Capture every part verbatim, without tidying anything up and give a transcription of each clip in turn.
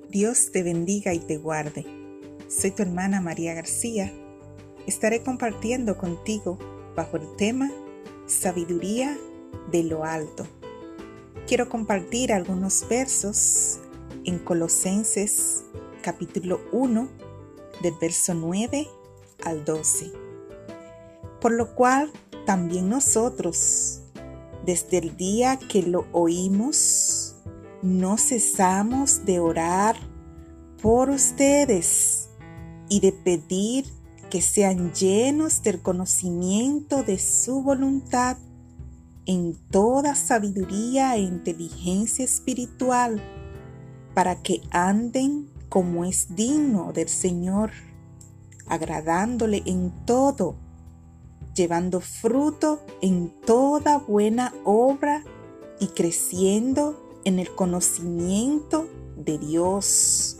Dios te bendiga y te guarde. Soy tu hermana María García. Estaré compartiendo contigo bajo el tema Sabiduría de lo Alto. Quiero compartir algunos versos en Colosenses capítulo uno, del verso nueve al doce. Por lo cual también nosotros, desde el día que lo oímos, no cesamos de orar por ustedes y de pedir que sean llenos del conocimiento de su voluntad en toda sabiduría e inteligencia espiritual, para que anden como es digno del Señor, agradándole en todo, llevando fruto en toda buena obra y creciendo en el conocimiento de Dios,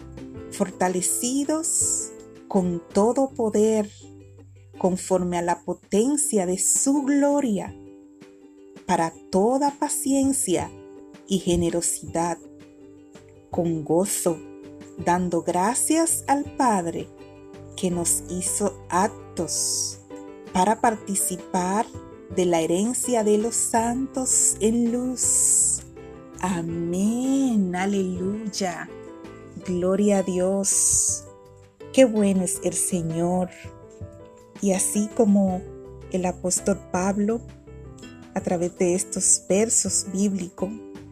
fortalecidos con todo poder, conforme a la potencia de su gloria, para toda paciencia y generosidad, con gozo, dando gracias al Padre que nos hizo aptos para participar de la herencia de los santos en luz. Amén, aleluya, gloria a Dios. Qué bueno es el Señor. Y así como el apóstol Pablo, a través de estos versos bíblicos,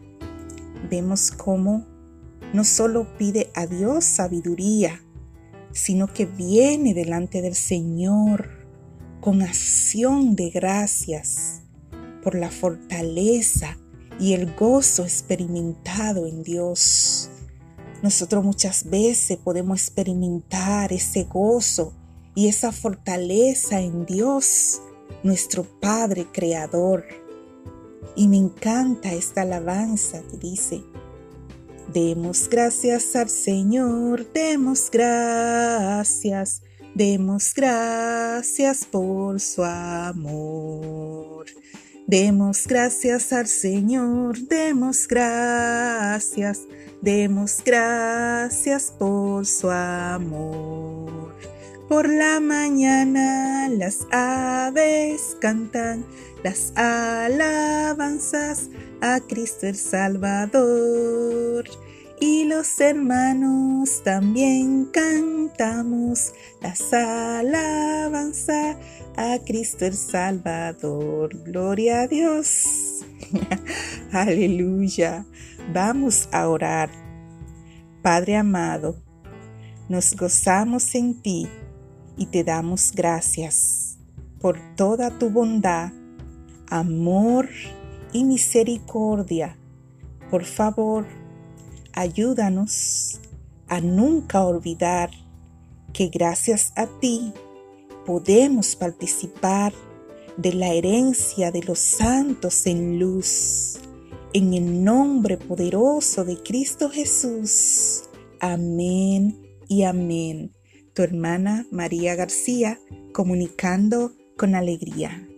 vemos cómo no solo pide a Dios sabiduría, sino que viene delante del Señor con acción de gracias por la fortaleza y el gozo experimentado en Dios. Nosotros muchas veces podemos experimentar ese gozo y esa fortaleza en Dios, nuestro Padre Creador. Y me encanta esta alabanza que dice: demos gracias al Señor, demos gracias, demos gracias por su amor. Demos gracias al Señor, demos gracias, demos gracias por su amor. Por la mañana las aves cantan las alabanzas a Cristo el Salvador. Y los hermanos también cantamos las alabanzas a Cristo el Salvador. Gloria a Dios. Aleluya. Vamos a orar. Padre amado, nos gozamos en ti y te damos gracias por toda tu bondad, amor y misericordia. Por favor, ayúdanos a nunca olvidar que gracias a ti podemos participar de la herencia de los santos en luz. En el nombre poderoso de Cristo Jesús. Amén y amén. Tu hermana María García, comunicando con alegría.